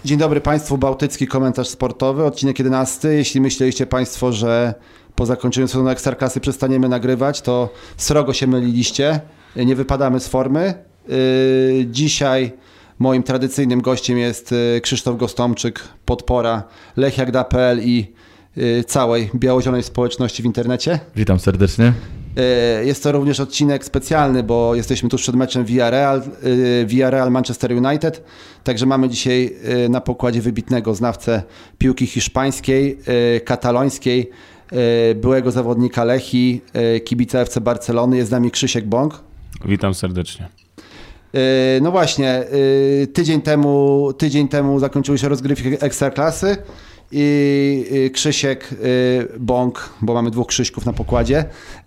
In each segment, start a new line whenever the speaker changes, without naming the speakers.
Dzień dobry Państwu, Bałtycki Komentarz Sportowy, odcinek 11. Jeśli myśleliście Państwo, że po zakończeniu sezonu Ekstraklasy przestaniemy nagrywać, to srogo się myliliście, nie wypadamy z formy. Dzisiaj moim tradycyjnym gościem jest Krzysztof Gostomczyk, podpora Lechiagda.pl i całej biało-zielonej społeczności w internecie.
Witam serdecznie.
Jest to również odcinek specjalny, bo jesteśmy tuż przed meczem Villarreal Manchester United, także mamy dzisiaj na pokładzie wybitnego znawcę piłki hiszpańskiej, katalońskiej, byłego zawodnika Lechii, kibica FC Barcelony. Jest z nami Krzysiek Bąk.
Witam serdecznie.
No właśnie, tydzień temu zakończyły się rozgrywki Ekstraklasy i Krzysiek Bąk, bo mamy dwóch Krzyśków na pokładzie.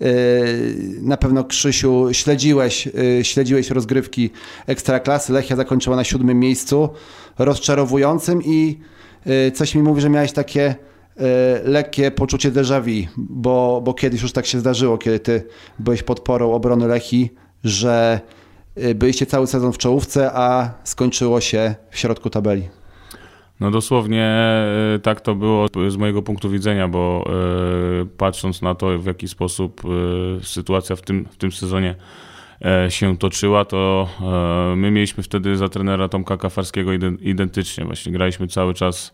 Na pewno, Krzysiu, śledziłeś rozgrywki Ekstraklasy. Lechia zakończyła na 7. miejscu, rozczarowującym, i coś mi mówi, że miałeś takie lekkie poczucie déjà vu, bo kiedyś już tak się zdarzyło, kiedy ty byłeś podporą obrony Lechii, że byliście cały sezon w czołówce, a skończyło się w środku tabeli.
No dosłownie tak to było z mojego punktu widzenia, bo patrząc na to, w jaki sposób sytuacja w tym sezonie się toczyła, to my mieliśmy wtedy za trenera Tomka Kafarskiego identycznie. Właśnie graliśmy cały czas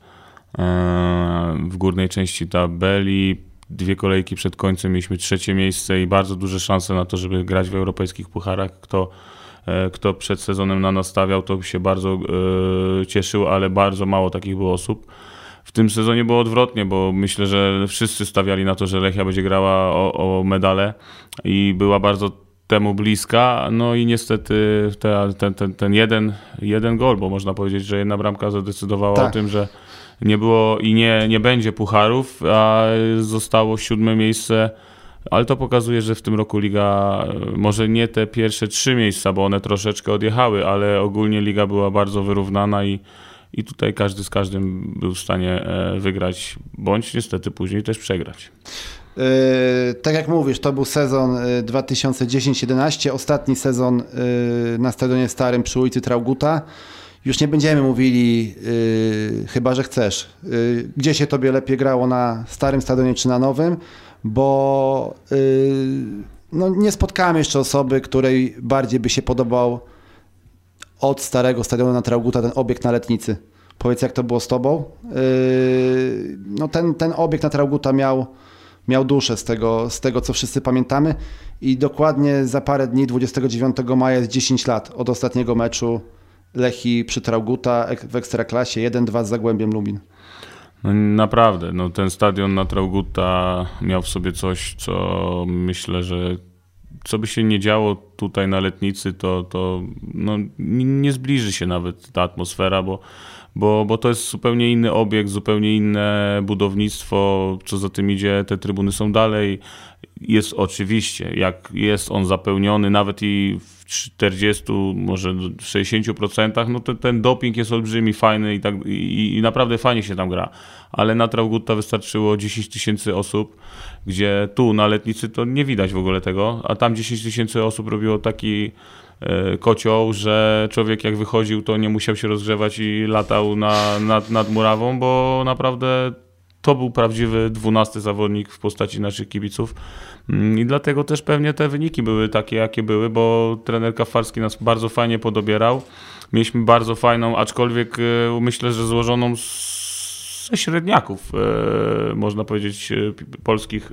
w górnej części tabeli. 2 kolejki przed końcem mieliśmy 3. miejsce i bardzo duże szanse na to, żeby grać w europejskich pucharach. Kto przed sezonem na nas stawiał, to się bardzo cieszył, ale bardzo mało takich było osób. W tym sezonie było odwrotnie, bo myślę, że wszyscy stawiali na to, że Lechia będzie grała o medale i była bardzo temu bliska. No i niestety ten jeden gol, bo można powiedzieć, że jedna bramka zadecydowała o tym, że nie było i nie będzie pucharów, a zostało 7. miejsce. Ale to pokazuje, że w tym roku liga, może nie te pierwsze 3 miejsca, bo one troszeczkę odjechały, ale ogólnie liga była bardzo wyrównana i tutaj każdy z każdym był w stanie wygrać, bądź niestety później też przegrać.
Tak jak mówisz, to był sezon 2010-11, ostatni sezon na Stadionie Starym przy ulicy Traugutta. Już nie będziemy mówili, chyba że chcesz, gdzie się tobie lepiej grało, na starym stadionie czy na nowym, bo nie spotkałem jeszcze osoby, której bardziej by się podobał od starego stadionu na Traugutta ten obiekt na Letnicy. Powiedz, jak to było z tobą? Ten obiekt na Traugutta miał duszę z tego, co wszyscy pamiętamy, i dokładnie za parę dni, 29 maja, jest 10 lat od ostatniego meczu Lechii przy Traugutta w Ekstraklasie, 1-2 z Zagłębiem Lubin.
No naprawdę, ten stadion na Traugutta miał w sobie coś, co myślę, że co by się nie działo tutaj na Letnicy, to nie zbliży się nawet ta atmosfera, bo to jest zupełnie inny obiekt, zupełnie inne budownictwo, co za tym idzie, te trybuny są dalej. Jest oczywiście, jak jest on zapełniony, nawet i w 40, może 60%, no to ten doping jest olbrzymi, fajny i naprawdę fajnie się tam gra. Ale na Traugutta wystarczyło 10 000 osób, gdzie tu na Letnicy to nie widać w ogóle tego, a tam 10 000 osób robiło taki kocioł, że człowiek jak wychodził, to nie musiał się rozgrzewać i latał nad murawą, bo naprawdę to był prawdziwy 12 zawodnik w postaci naszych kibiców i dlatego też pewnie te wyniki były takie, jakie były, bo trener Kafarski nas bardzo fajnie podobierał. Mieliśmy bardzo fajną, aczkolwiek myślę, że złożoną ze średniaków, można powiedzieć, polskich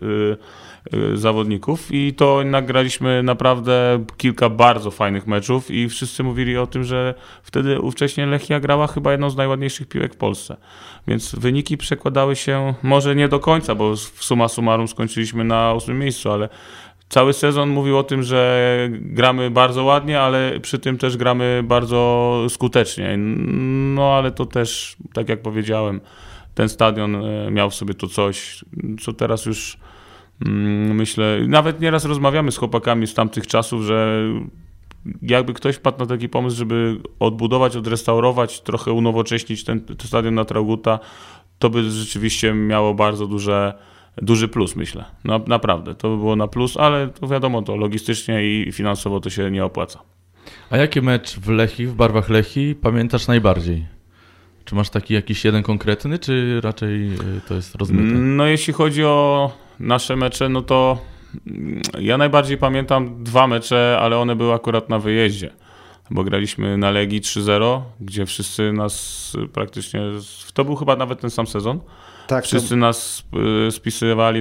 zawodników, i to nagraliśmy naprawdę kilka bardzo fajnych meczów i wszyscy mówili o tym, że wtedy ówcześnie Lechia grała chyba jedną z najładniejszych piłek w Polsce. Więc wyniki przekładały się, może nie do końca, bo summa summarum skończyliśmy na 8. miejscu, ale cały sezon mówił o tym, że gramy bardzo ładnie, ale przy tym też gramy bardzo skutecznie. No ale to też, tak jak powiedziałem, ten stadion miał w sobie to coś, co teraz już myślę, nawet nieraz rozmawiamy z chłopakami z tamtych czasów, że jakby ktoś wpadł na taki pomysł, żeby odbudować, odrestaurować, trochę unowocześnić ten stadion na Traugutta, to by rzeczywiście miało bardzo duży plus, myślę. No, naprawdę, to by było na plus, ale to wiadomo, to logistycznie i finansowo to się nie opłaca.
A jaki mecz w Lechii, w barwach Lechii pamiętasz najbardziej? Czy masz taki jakiś jeden konkretny, czy raczej to jest rozmyte?
No jeśli chodzi o nasze mecze, no to ja najbardziej pamiętam 2 mecze, ale one były akurat na wyjeździe. Bo graliśmy na Legii 3-0, gdzie wszyscy nas praktycznie... To był chyba nawet ten sam sezon.
Tak,
wszyscy nas spisywali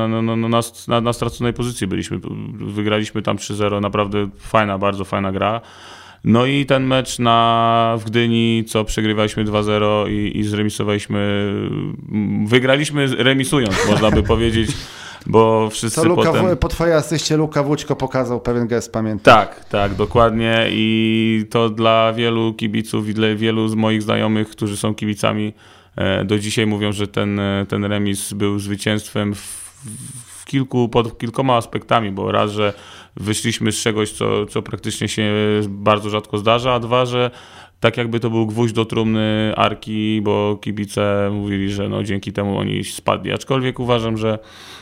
na straconej pozycji byliśmy. Wygraliśmy tam 3-0, naprawdę fajna, bardzo fajna gra. No i ten mecz w Gdyni, co przegrywaliśmy 2-0 i zremisowaliśmy, wygraliśmy remisując, można by powiedzieć, bo wszyscy potem...
Po twojej asyście Luka Wódźko pokazał pewien gest, pamiętam.
Tak, dokładnie i to dla wielu kibiców i dla wielu z moich znajomych, którzy są kibicami, do dzisiaj mówią, że ten remis był zwycięstwem pod kilkoma aspektami, bo raz, że wyszliśmy z czegoś, co praktycznie się bardzo rzadko zdarza, a 2, że tak jakby to był gwóźdź do trumny Arki, bo kibice mówili, że no dzięki temu oni spadli. Aczkolwiek uważam, że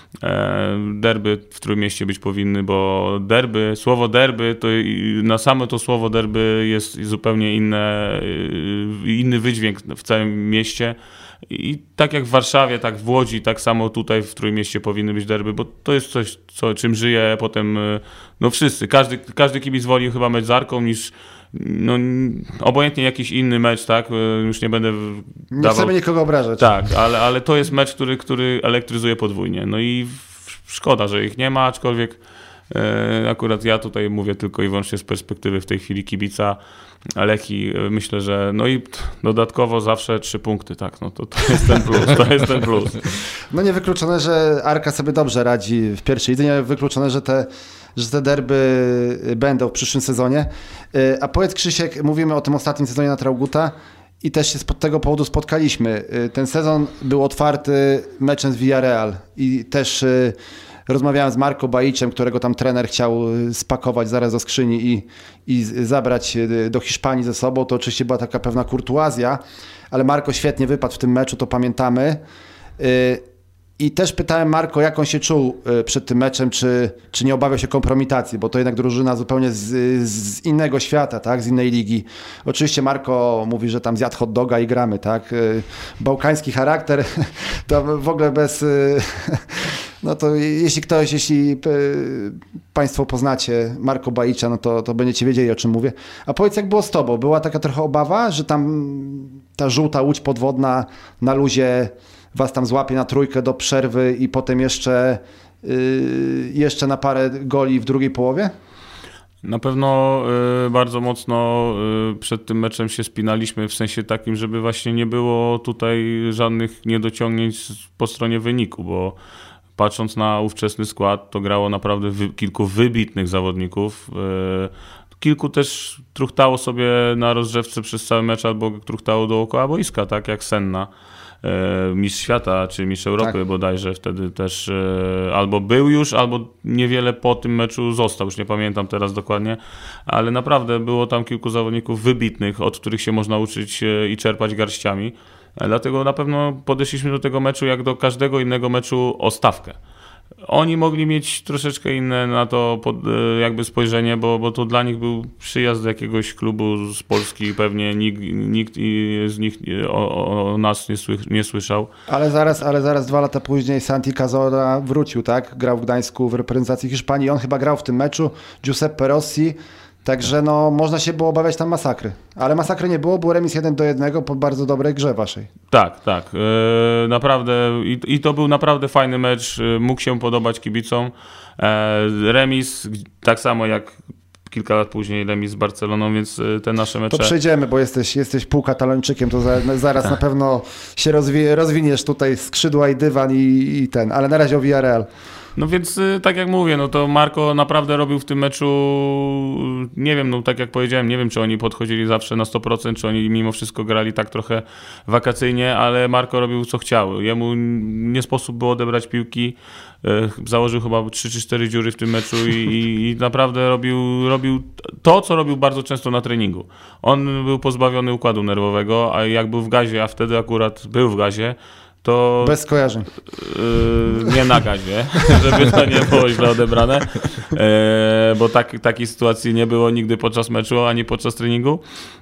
derby w Trójmieście być powinny, bo słowo derby, to na samo to słowo derby jest zupełnie inny wydźwięk w całym mieście. I tak jak w Warszawie, tak w Łodzi, tak samo tutaj w Trójmieście powinny być derby, bo to jest coś, czym żyje potem wszyscy. Każdy kibic woli chyba mecz z Arką niż obojętnie jakiś inny mecz, tak? Już nie będę
nie chcemy nikogo obrażać.
Tak, ale to jest mecz, który elektryzuje podwójnie. No i szkoda, że ich nie ma, aczkolwiek akurat ja tutaj mówię tylko i wyłącznie z perspektywy w tej chwili kibica Lechii. Myślę, że no i dodatkowo zawsze 3 punkty, tak? No to jest ten plus,
No niewykluczone, że Arka sobie dobrze radzi w pierwszej lidze, niewykluczone, że te derby będą w przyszłym sezonie. A powiedz, Krzysiek, mówimy o tym ostatnim sezonie na Traugutta i też się z tego powodu spotkaliśmy. Ten sezon był otwarty meczem z Villarreal i też rozmawiałem z Marco Baiczem, którego tam trener chciał spakować zaraz do skrzyni i zabrać do Hiszpanii ze sobą. To oczywiście była taka pewna kurtuazja, ale Marco świetnie wypadł w tym meczu, to pamiętamy. I też pytałem Marco, jak on się czuł przed tym meczem, czy nie obawiał się kompromitacji, bo to jednak drużyna zupełnie z innego świata, tak? Z innej ligi. Oczywiście Marco mówi, że tam zjadł hot doga i gramy, tak? Bałkański charakter, to w ogóle bez... No to jeśli Państwo poznacie Marco Baicza, no to będziecie wiedzieli, o czym mówię. A powiedz, jak było z tobą? Była taka trochę obawa, że tam ta żółta łódź podwodna na luzie was tam złapie na trójkę do przerwy i potem jeszcze na parę goli w drugiej połowie?
Na pewno bardzo mocno przed tym meczem się spinaliśmy w sensie takim, żeby właśnie nie było tutaj żadnych niedociągnięć po stronie wyniku, bo patrząc na ówczesny skład, to grało naprawdę kilku wybitnych zawodników. Kilku też truchtało sobie na rozgrzewce przez cały mecz albo truchtało dookoła boiska, tak jak Senna. Mistrz świata, czy mistrz Europy tak. Bodajże wtedy też albo był już, albo niewiele po tym meczu został, już nie pamiętam teraz dokładnie, ale naprawdę było tam kilku zawodników wybitnych, od których się można uczyć i czerpać garściami. Dlatego na pewno podeszliśmy do tego meczu jak do każdego innego meczu o stawkę. Oni mogli mieć troszeczkę inne na to jakby spojrzenie, bo to dla nich był przyjazd do jakiegoś klubu z Polski i pewnie nikt z nich o nas nie słyszał.
Ale zaraz 2 lata później Santi Cazorla wrócił, tak? Grał w Gdańsku w reprezentacji Hiszpanii. On chyba grał w tym meczu, Giuseppe Rossi. Także no, można się było obawiać tam masakry. Ale masakry nie było, był remis 1-1 po bardzo dobrej grze waszej.
Tak. Naprawdę i to był naprawdę fajny mecz. Mógł się podobać kibicom. Remis, tak samo jak kilka lat później remis z Barceloną, więc te nasze mecze...
To przejdziemy, bo jesteś półkatalończykiem, to zaraz na pewno się rozwiniesz tutaj skrzydła i dywan i ten. Ale na razie o Villarreal.
No więc tak jak mówię, no to Marco naprawdę robił w tym meczu, nie wiem, no tak jak powiedziałem, nie wiem czy oni podchodzili zawsze na 100%, czy oni mimo wszystko grali tak trochę wakacyjnie, ale Marco robił co chciał. Jemu nie sposób było odebrać piłki, założył chyba 3 czy 4 dziury w tym meczu i naprawdę robił to, co robił bardzo często na treningu. On był pozbawiony układu nerwowego, a jak był w gazie, a wtedy akurat był w gazie, to...
Bez skojarzeń.
Nie na gazie, żeby to nie było źle odebrane, bo takiej sytuacji nie było nigdy podczas meczu, ani podczas treningu,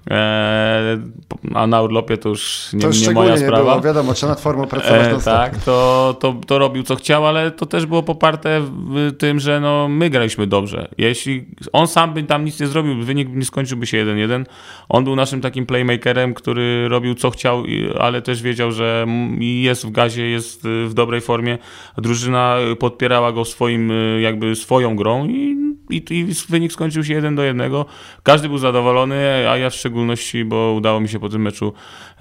a na urlopie to już nie moja sprawa. Nie było,
wiadomo, trzeba nad formą pracować.
Tak, to robił co chciał, ale to też było poparte w tym, że no, my graliśmy dobrze. Jeśli on sam by tam nic nie zrobił, wynik nie skończyłby się 1-1. On był naszym takim playmakerem, który robił co chciał, ale też wiedział, że jest w gazie, jest w dobrej formie. Drużyna podpierała go swoją grą i wynik skończył się 1-1. Każdy był zadowolony, a ja w szczególności, bo udało mi się po tym meczu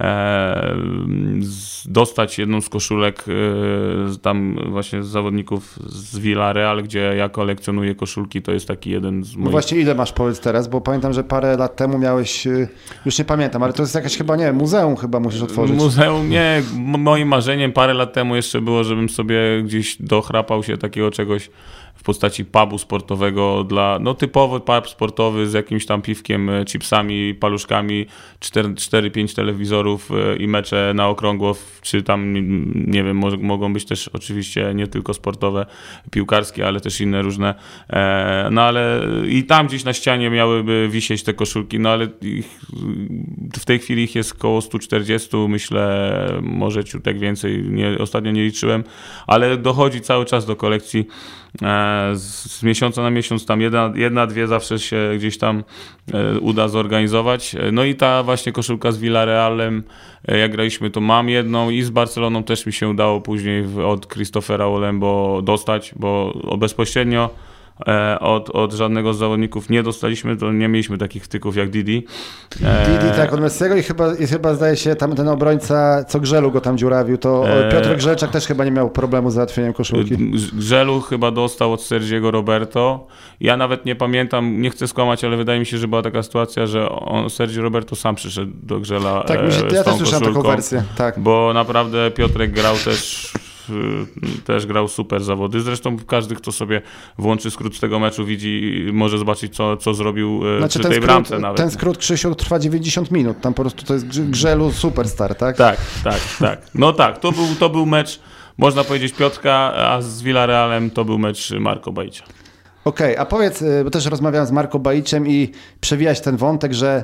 dostać jedną z koszulek tam właśnie z zawodników z Villarreal, gdzie ja kolekcjonuję koszulki, to jest taki jeden z moich...
No właśnie, ile masz, powiedz teraz, bo pamiętam, że parę lat temu miałeś, już nie pamiętam, ale to jest jakaś chyba, nie, muzeum chyba musisz otworzyć.
Muzeum, nie, moim marzeniem parę lat temu jeszcze było, żebym sobie gdzieś dochrapał się takiego czegoś w postaci pubu sportowego typowy pub sportowy z jakimś tam piwkiem, chipsami, paluszkami, 4-5 telewizorów i mecze na okrągło, czy tam, nie wiem, mogą być też oczywiście nie tylko sportowe, piłkarskie, ale też inne różne, no ale i tam gdzieś na ścianie miałyby wisieć te koszulki, no ale w tej chwili ich jest około 140, myślę, może ciutek więcej, ostatnio nie liczyłem, ale dochodzi cały czas do kolekcji. Z miesiąca na miesiąc tam jedna, dwie zawsze się gdzieś tam uda zorganizować. No i ta właśnie koszulka z Villarrealem, jak graliśmy, to mam jedną i z Barceloną też mi się udało później od Christophera Olembo dostać, bo bezpośrednio od żadnego z zawodników nie dostaliśmy, to nie mieliśmy takich wtyków jak Didi.
Didi tak, od Messiego i chyba zdaje się tam ten obrońca, co Grzelu go tam dziurawił, to Piotr Grzelczak też chyba nie miał problemu z załatwieniem koszulki.
Grzelu chyba dostał od Sergiego Roberto. Ja nawet nie pamiętam, nie chcę skłamać, ale wydaje mi się, że była taka sytuacja, że Sergio Roberto sam przyszedł do Grzela
tak, ja też słyszałem taką wersję. Tak.
Bo naprawdę Piotrek grał też grał super zawody. Zresztą każdy, kto sobie włączy skrót z tego meczu, widzi, może zobaczyć, co zrobił przy tej bramce nawet.
Ten skrót, Krzysiu, trwa 90 minut. Tam po prostu to jest Grzelu superstar, tak?
Tak. No tak, to był mecz, można powiedzieć, Piotrka, a z Villarrealem to był mecz Marco Baicia.
Okej, a powiedz, bo też rozmawiałem z Marco Baiciem i przewijać ten wątek, że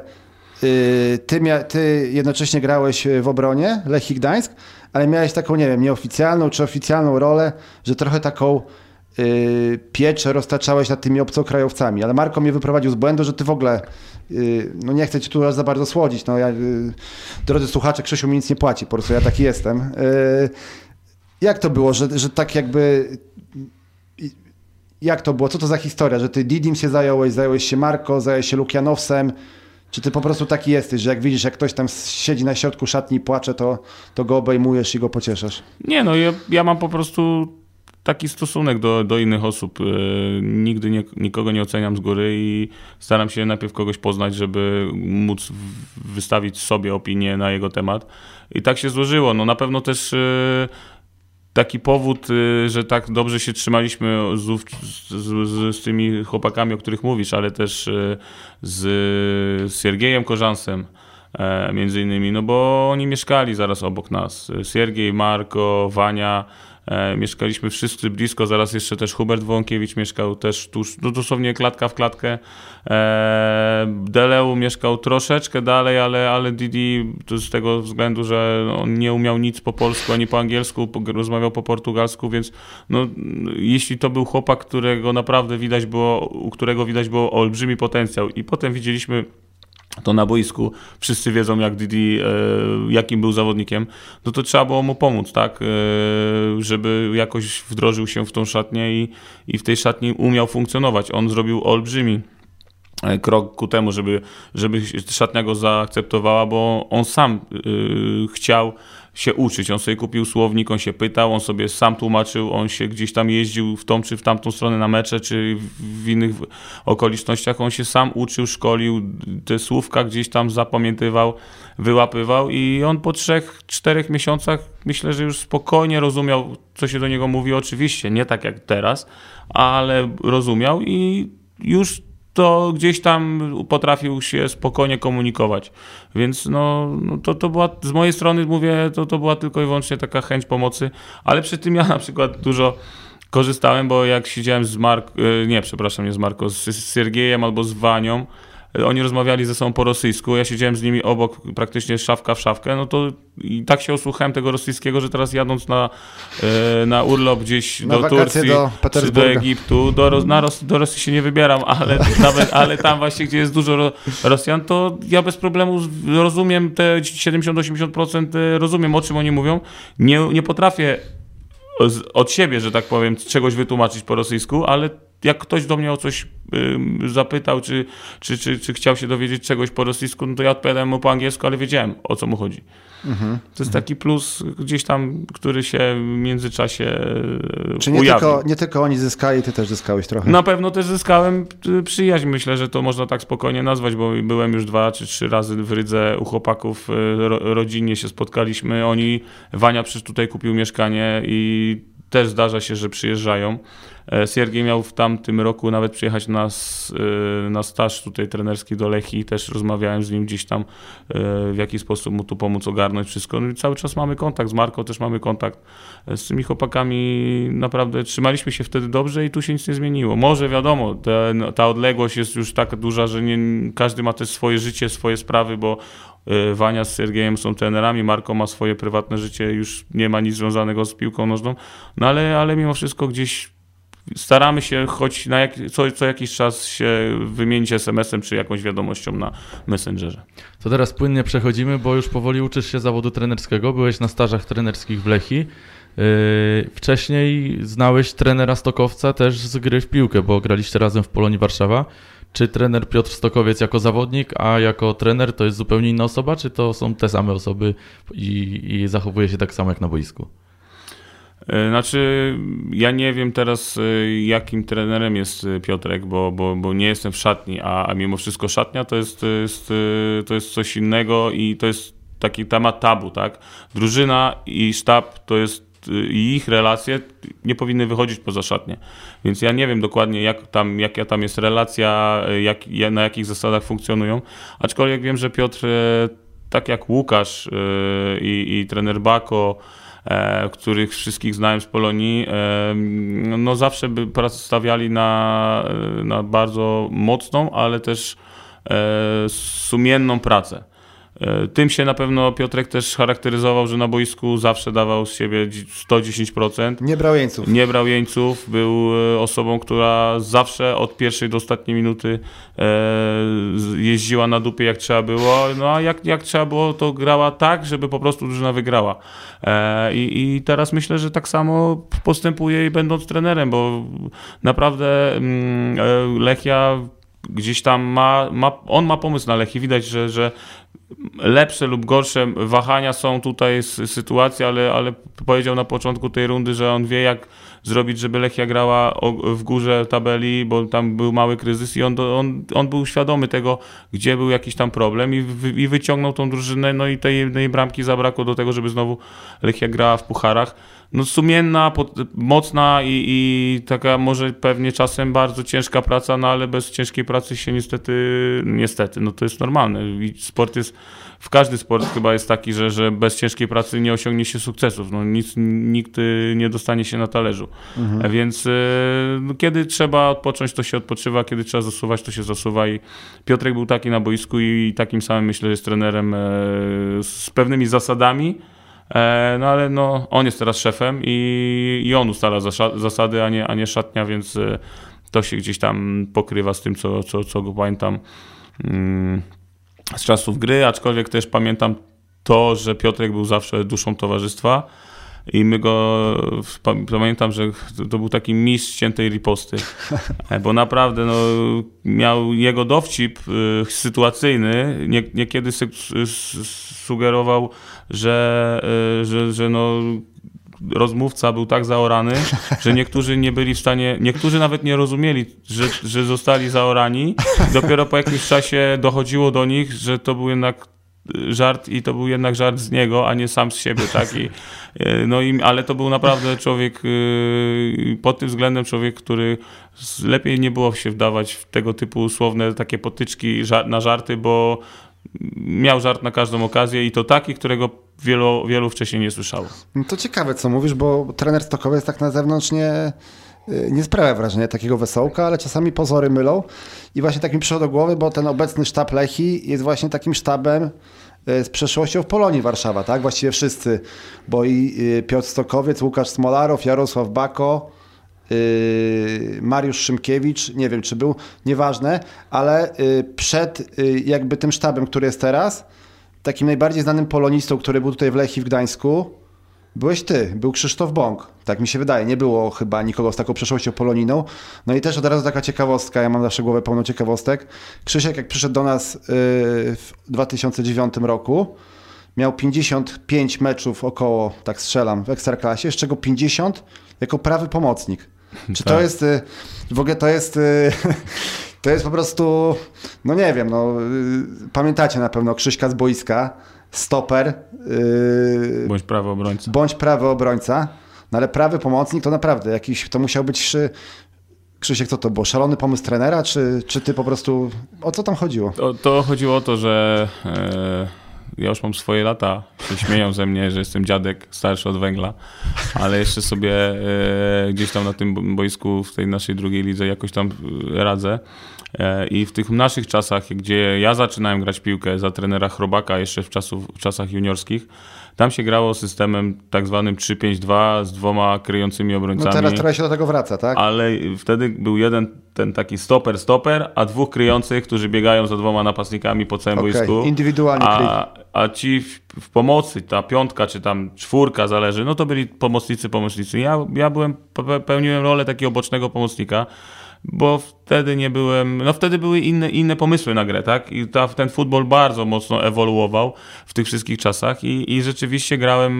ty jednocześnie grałeś w obronie Lechii Gdańsk, ale miałeś taką, nie wiem, nieoficjalną czy oficjalną rolę, że trochę taką pieczę roztaczałeś nad tymi obcokrajowcami. Ale Marko mnie wyprowadził z błędu, że ty w ogóle, no nie chcę ci tu za bardzo słodzić, no ja, drodzy słuchacze, Krzysiu mi nic nie płaci, po prostu ja taki jestem. Jak to było, że tak jakby... Jak to było? Co to za historia? Że ty Didim się zająłeś się Marko, zająłeś się Lukianowsem? Czy ty po prostu taki jesteś, że jak widzisz, jak ktoś tam siedzi na środku szatni i płacze, to go obejmujesz i go pocieszasz?
Nie, no ja mam po prostu taki stosunek do innych osób. Nigdy nikogo nie oceniam z góry i staram się najpierw kogoś poznać, żeby móc wystawić sobie opinię na jego temat. I tak się złożyło. No na pewno też... taki powód, że tak dobrze się trzymaliśmy z tymi chłopakami, o których mówisz, ale też z Siergiejem Korzansem między innymi, no bo oni mieszkali zaraz obok nas. Siergiej, Marko, Wania, mieszkaliśmy wszyscy blisko, zaraz jeszcze też Hubert Wąkiewicz mieszkał też tuż, no dosłownie klatka w klatkę. Deleu mieszkał troszeczkę dalej, ale Didi to z tego względu, że on nie umiał nic po polsku ani po angielsku, rozmawiał po portugalsku, więc no, jeśli to był chłopak, u którego widać było olbrzymi potencjał i potem widzieliśmy to na boisku, wszyscy wiedzą jak Didi, jakim był zawodnikiem, no to trzeba było mu pomóc, tak, żeby jakoś wdrożył się w tą szatnię i w tej szatni umiał funkcjonować. On zrobił olbrzymi krok ku temu, żeby szatnia go zaakceptowała, bo on sam chciał się uczyć. On sobie kupił słownik, on się pytał, on sobie sam tłumaczył, on się gdzieś tam jeździł w tą czy w tamtą stronę na mecze, czy w innych okolicznościach. On się sam uczył, szkolił, te słówka gdzieś tam zapamiętywał, wyłapywał i on po 3-4 miesiącach myślę, że już spokojnie rozumiał, co się do niego mówi. Oczywiście nie tak jak teraz, ale rozumiał i już to gdzieś tam potrafił się spokojnie komunikować. Więc to była, z mojej strony mówię, to była tylko i wyłącznie taka chęć pomocy, ale przy tym ja na przykład dużo korzystałem, bo jak siedziałem z z Siergiejem albo z Wanią, oni rozmawiali ze sobą po rosyjsku, ja siedziałem z nimi obok, praktycznie szafka w szafkę, no to i tak się osłuchałem tego rosyjskiego, że teraz jadąc na urlop gdzieś do Turcji czy do Egiptu, do Rosji się nie wybieram, ale tam właśnie, gdzie jest dużo Rosjan, to ja bez problemu rozumiem te 70-80%, rozumiem, o czym oni mówią. Nie potrafię od siebie, że tak powiem, czegoś wytłumaczyć po rosyjsku, ale jak ktoś do mnie o coś zapytał, czy chciał się dowiedzieć czegoś po rosyjsku, no to ja odpowiadałem mu po angielsku, ale wiedziałem, o co mu chodzi. To jest taki plus gdzieś tam, który się w międzyczasie ujawnił.
Nie tylko oni zyskali, ty też zyskałeś trochę.
Na pewno też zyskałem przyjaźń. Myślę, że to można tak spokojnie nazwać, bo byłem już 2 czy 3 razy w Rydze u chłopaków, rodzinnie się spotkaliśmy. Wania przecież tutaj kupił mieszkanie i też zdarza się, że przyjeżdżają. Siergiej miał w tamtym roku nawet przyjechać na staż tutaj trenerski do Lechii. Też rozmawiałem z nim gdzieś tam, w jaki sposób mu tu pomóc ogarnąć wszystko. No i cały czas mamy kontakt, z Marką też mamy kontakt. Z tymi chłopakami naprawdę trzymaliśmy się wtedy dobrze i tu się nic nie zmieniło. Może wiadomo, ta odległość jest już tak duża, że każdy ma też swoje życie, swoje sprawy, bo Wania z Siergiejem są trenerami, Marko ma swoje prywatne życie, już nie ma nic związanego z piłką nożną, no ale mimo wszystko gdzieś staramy się choć co jakiś czas się wymienić SMS-em czy jakąś wiadomością na Messengerze.
To teraz płynnie przechodzimy, bo już powoli uczysz się zawodu trenerskiego, byłeś na stażach trenerskich w Lechii. Wcześniej znałeś trenera Stokowca też z gry w piłkę, bo graliście razem w Polonii Warszawa. Czy trener Piotr Stokowiec jako zawodnik, a jako trener to jest zupełnie inna osoba, czy to są te same osoby i zachowuje się tak samo jak na boisku?
Znaczy, ja nie wiem teraz, jakim trenerem jest Piotrek, bo nie jestem w szatni, a mimo wszystko szatnia to jest coś innego i to jest taki temat tabu, tak? Drużyna i sztab to jest i ich relacje nie powinny wychodzić poza szatnię. Więc ja nie wiem dokładnie, jaka tam jest relacja, na jakich zasadach funkcjonują. Aczkolwiek wiem, że Piotr, tak jak Łukasz i trener Bako, których wszystkich znałem z Polonii, no zawsze by stawiali na bardzo mocną, ale też sumienną pracę. Tym się na pewno Piotrek też charakteryzował, że na boisku zawsze dawał z siebie 110%.
Nie brał
jeńców. Był osobą, która zawsze od pierwszej do ostatniej minuty jeździła na dupie jak trzeba było. No a jak trzeba było, to grała tak, żeby po prostu drużyna wygrała. I teraz myślę, że tak samo postępuje i będąc trenerem, bo naprawdę Lechia gdzieś tam on ma pomysł na Lechii. Widać, że lepsze lub gorsze wahania są tutaj sytuacje, ale powiedział na początku tej rundy, że on wie, jak zrobić, żeby Lechia grała w górze tabeli, bo tam był mały kryzys i on był świadomy tego, gdzie był jakiś tam problem i wyciągnął tą drużynę, no i tej bramki zabrakło do tego, żeby znowu Lechia grała w pucharach. No sumienna, mocna i taka może pewnie czasem bardzo ciężka praca, no ale bez ciężkiej pracy się niestety, no to jest normalne. I każdy sport chyba jest taki, że bez ciężkiej pracy nie osiągnie się sukcesów. No nikt nie dostanie się na talerzu. Więc kiedy trzeba odpocząć, to się odpoczywa, kiedy trzeba zasuwać, to się zasuwa i Piotrek był taki na boisku i takim samym myślę, że jest trenerem z pewnymi zasadami. No ale on jest teraz szefem i on ustala zasady, a nie szatnia, więc to się gdzieś tam pokrywa z tym, co go pamiętam z czasów gry, aczkolwiek też pamiętam to, że Piotrek był zawsze duszą towarzystwa i pamiętam, że to był taki mistrz ciętej riposty, bo naprawdę miał jego dowcip sytuacyjny, niekiedy sugerował, że rozmówca był tak zaorany, że niektórzy nie byli w stanie, niektórzy nawet nie rozumieli, że zostali zaorani. Dopiero po jakimś czasie dochodziło do nich, że to był jednak żart i to był jednak żart z niego, a nie sam z siebie, tak? Ale to był naprawdę człowiek, pod tym względem człowiek, który lepiej nie było się wdawać w tego typu słowne takie potyczki na żarty, bo miał żart na każdą okazję i to taki, którego wielu wcześniej nie słyszało.
No to ciekawe, co mówisz, bo trener stokowiec tak na zewnątrz nie sprawia wrażenia takiego wesołka, ale czasami pozory mylą i właśnie tak mi przyszło do głowy, bo ten obecny sztab Lechii jest właśnie takim sztabem z przeszłością w Polonii Warszawa, tak? Właściwie wszyscy, bo i Piotr Stokowiec, Łukasz Smolarow, Jarosław Bako, Mariusz Szymkiewicz, nie wiem czy był, nieważne, ale przed jakby tym sztabem, który jest teraz, takim najbardziej znanym polonistą, który był tutaj w Lechii w Gdańsku, byłeś ty, był Krzysztof Bąk, tak mi się wydaje, nie było chyba nikogo z taką przeszłością polonijną. No i też od razu taka ciekawostka, ja mam zawsze głowę pełną ciekawostek. Krzysiek jak przyszedł do nas w 2009 roku, miał 55 meczów około, tak strzelam, w Ekstraklasie, z czego 50 jako prawy pomocnik. Czy to jest, w ogóle to jest po prostu, no nie wiem, pamiętacie na pewno Krzyśka z boiska, stoper. Bądź prawy obrońca. No ale prawy pomocnik to naprawdę to musiał być... Krzysiek, co to było? Szalony pomysł trenera, czy ty po prostu... O co tam chodziło?
To chodziło o to, że ja już mam swoje lata, się śmieją ze mnie, że jestem dziadek starszy od węgla, ale jeszcze sobie gdzieś tam na tym boisku w tej naszej drugiej lidze jakoś tam radzę. I w tych naszych czasach, gdzie ja zaczynałem grać piłkę za trenera Chrobaka jeszcze w czasach juniorskich, tam się grało systemem tak zwanym 3-5-2 z dwoma kryjącymi obrońcami.
No teraz trochę się do tego wraca, tak?
Ale wtedy był jeden ten taki stoper, a dwóch kryjących, którzy biegają za dwoma napastnikami po całym boisku.
Indywidualnie
a ci w pomocy, ta piątka czy tam czwórka zależy, no to byli pomocnicy. Ja pełniłem rolę takiego bocznego pomocnika, bo wtedy nie byłem, wtedy były inne pomysły na grę, tak? I ten futbol bardzo mocno ewoluował w tych wszystkich czasach i rzeczywiście grałem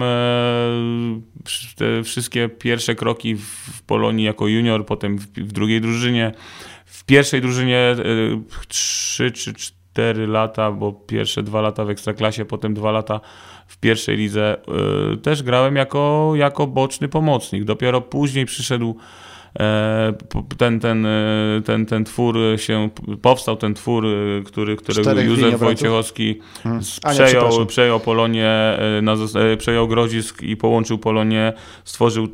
te wszystkie pierwsze kroki w Polonii jako junior, potem w drugiej drużynie, w pierwszej drużynie 3 czy 4 lata, bo pierwsze 2 lata w Ekstraklasie, potem 2 lata w pierwszej lidze też grałem jako boczny pomocnik. Dopiero później przyszedł powstał ten twór, którego Józef Wojciechowski przejął Polonię, przejął Grodzisk i połączył Polonię, stworzył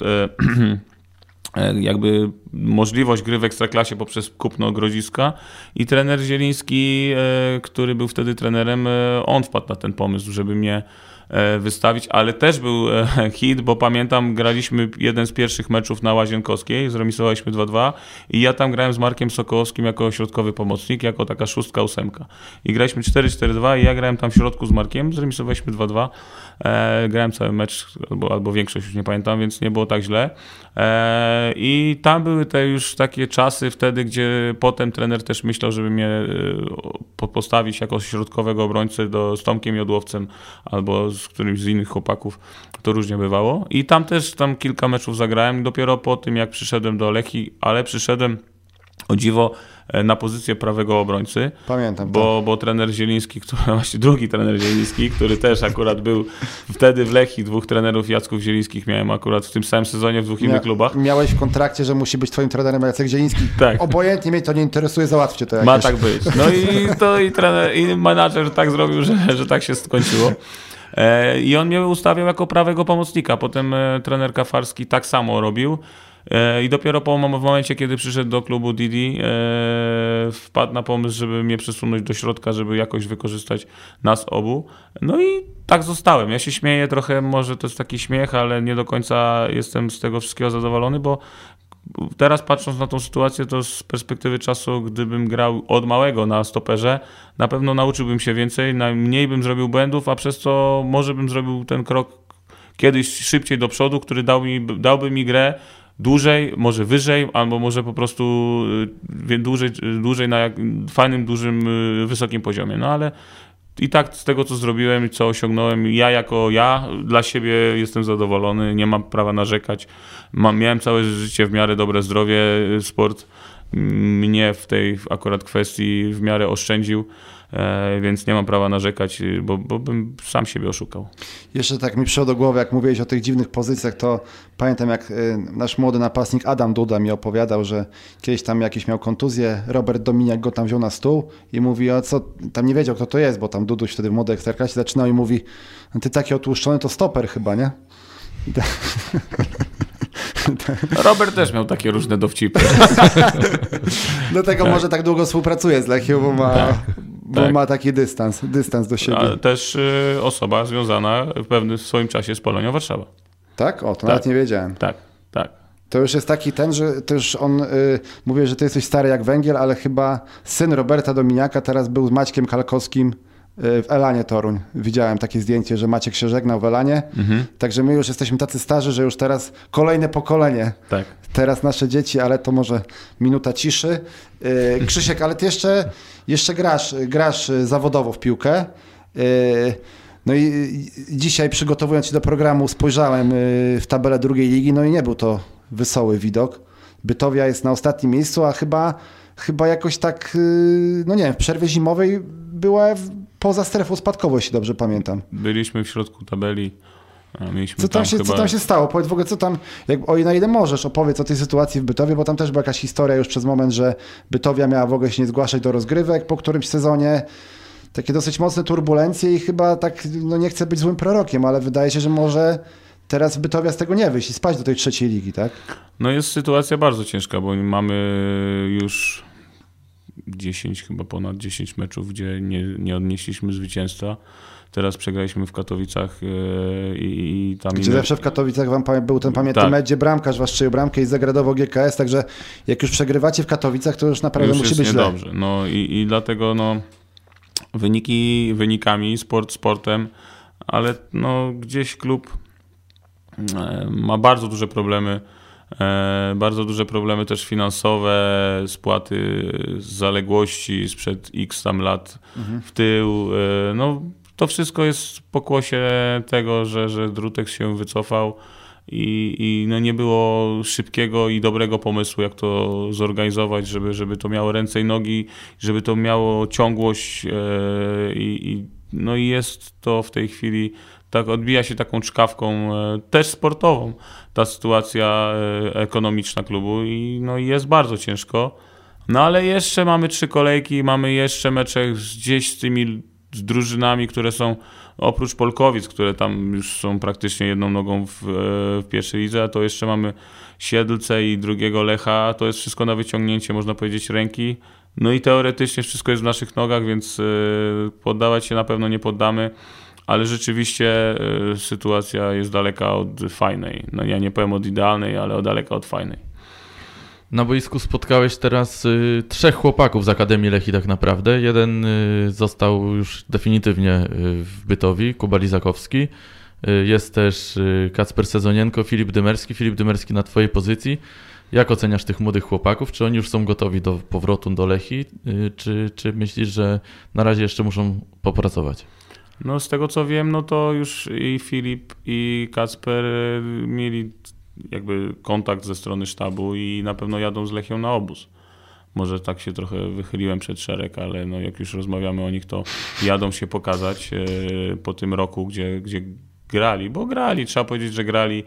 jakby możliwość gry w Ekstraklasie poprzez kupno Grodziska i trener Zieliński, który był wtedy trenerem, on wpadł na ten pomysł, żeby mnie wystawić, ale też był hit, bo pamiętam, graliśmy jeden z pierwszych meczów na Łazienkowskiej, zremisowaliśmy 2-2 i ja tam grałem z Markiem Sokołowskim jako środkowy pomocnik, jako taka 6-8. I graliśmy 4-4-2 i ja grałem tam w środku z Markiem, zremisowaliśmy 2-2. Grałem cały mecz, albo większość, już nie pamiętam, więc nie było tak źle. I tam były te już takie czasy wtedy, gdzie potem trener też myślał, żeby mnie postawić jako środkowego obrońcę z Tomkiem Jodłowcem albo z którymś z innych chłopaków. To różnie bywało. I tam też kilka meczów zagrałem. Dopiero po tym, jak przyszedłem do Lechii, ale przyszedłem o dziwo na pozycję prawego obrońcy.
Pamiętam.
Bo trener Zieliński, właśnie drugi trener Zieliński, który też akurat był wtedy w Lechii, 2 trenerów Jacków Zielińskich miałem akurat w tym samym sezonie w 2 innych klubach.
Miałeś w kontrakcie, że musi być twoim trenerem Jacek Zieliński.
Tak.
Obojętnie mnie to nie interesuje, załatwcie to jakoś.
Ma tak być. No i trener, i menadżer tak zrobił, że tak się skończyło. I on mnie ustawiał jako prawego pomocnika. Potem trener Kafarski tak samo robił. I dopiero w momencie, kiedy przyszedł do klubu Didi, wpadł na pomysł, żeby mnie przesunąć do środka, żeby jakoś wykorzystać nas obu. No i tak zostałem. Ja się śmieję trochę, może to jest taki śmiech, ale nie do końca jestem z tego wszystkiego zadowolony, bo teraz patrząc na tą sytuację, to z perspektywy czasu, gdybym grał od małego na stoperze, na pewno nauczyłbym się więcej, mniej bym zrobił błędów, a przez to może bym zrobił ten krok kiedyś szybciej do przodu, który dałby mi grę dłużej, może wyżej, albo może po prostu dłużej na fajnym, dużym, wysokim poziomie. No ale i tak z tego, co zrobiłem i co osiągnąłem, ja dla siebie jestem zadowolony, nie mam prawa narzekać. Miałem całe życie w miarę dobre zdrowie, sport mnie w tej akurat kwestii w miarę oszczędził. więc nie mam prawa narzekać, bo bym sam siebie oszukał.
Jeszcze tak mi przyszło do głowy, jak mówiłeś o tych dziwnych pozycjach, to pamiętam, jak nasz młody napastnik Adam Duda mi opowiadał, że kiedyś tam jakiś miał kontuzję, Robert Dominiak go tam wziął na stół i mówi, a co, tam nie wiedział, kto to jest, bo tam Duduś wtedy w młodej Ekstraklasie zaczynał i mówi, ty taki otłuszczony, to stoper chyba, nie?
Robert też miał takie różne dowcipy.
Dlatego może tak długo współpracuje z Lechią, bo ma taki dystans do siebie.
A też osoba związana w pewnym swoim czasie z Polonią Warszawa.
Tak? O, to nawet nie wiedziałem.
Tak.
To już jest taki że też on, mówię, że ty jesteś stary jak węgiel, ale chyba syn Roberta Dominiaka teraz był z Maćkiem Kalkowskim w Elanie Toruń. Widziałem takie zdjęcie, że Maciek się żegnał w Elanie. Także my już jesteśmy tacy starzy, że już teraz kolejne pokolenie. Tak. Teraz nasze dzieci, ale to może minuta ciszy. Krzysiek, ale ty jeszcze grasz zawodowo w piłkę. No i dzisiaj, przygotowując się do programu, spojrzałem w tabelę drugiej ligi, no i nie był to wesoły widok. Bytowia jest na ostatnim miejscu, a chyba jakoś tak, no nie wiem, w przerwie zimowej była poza strefą spadkową, jeśli dobrze pamiętam.
Byliśmy w środku tabeli.
Co tam się stało? Powiedz w ogóle, co tam, na ile możesz, opowiedz o tej sytuacji w Bytowie, bo tam też była jakaś historia już przez moment, że Bytowia miała w ogóle się nie zgłaszać do rozgrywek po którymś sezonie. Takie dosyć mocne turbulencje i chyba tak, no nie chcę być złym prorokiem, ale wydaje się, że może teraz Bytowia z tego nie wyjść i spać do tej trzeciej ligi, tak?
No jest sytuacja bardzo ciężka, bo mamy już ponad 10 meczów, gdzie nie odnieśliśmy zwycięstwa. Teraz przegraliśmy w Katowicach i tam...
Gdzie zawsze w Katowicach był ten pamiętny mecz, gdzie bramkarz was strzelił bramkę i zagradował GKS, także jak już przegrywacie w Katowicach, to już naprawdę musi być źle.
Dobrze. No i dlatego wynikami, sportem, ale no gdzieś klub ma bardzo duże problemy też finansowe, spłaty zaległości sprzed x tam lat w tył. No to wszystko jest pokłosie tego, że Drutek się wycofał i no nie było szybkiego i dobrego pomysłu, jak to zorganizować, żeby to miało ręce i nogi, żeby to miało ciągłość no i jest to w tej chwili tak, odbija się taką czkawką też sportową ta sytuacja ekonomiczna klubu i no jest bardzo ciężko. No ale jeszcze mamy 3 kolejki, mamy jeszcze mecze gdzieś z drużynami, które są oprócz Polkowic, które tam już są praktycznie jedną nogą w pierwszej lidze, a to jeszcze mamy Siedlce i drugiego Lecha, to jest wszystko na wyciągnięcie, można powiedzieć, ręki. No i teoretycznie wszystko jest w naszych nogach, więc poddawać się na pewno nie poddamy, ale rzeczywiście sytuacja jest daleka od fajnej. No ja nie powiem od idealnej, ale daleka od fajnej.
Na boisku spotkałeś teraz 3 chłopaków z Akademii Lechii tak naprawdę. Jeden został już definitywnie w Bytowi, Kuba Lizakowski. Jest też Kacper Sezonienko, Filip Dymerski. Filip Dymerski na twojej pozycji. Jak oceniasz tych młodych chłopaków? Czy oni już są gotowi do powrotu do Lechii? Czy myślisz, że na razie jeszcze muszą popracować?
No z tego co wiem, no to już i Filip i Kacper mieli jakby kontakt ze strony sztabu i na pewno jadą z Lechią na obóz. Może tak się trochę wychyliłem przed szereg, ale no jak już rozmawiamy o nich, to jadą się pokazać po tym roku, gdzie grali, bo grali, trzeba powiedzieć, że grali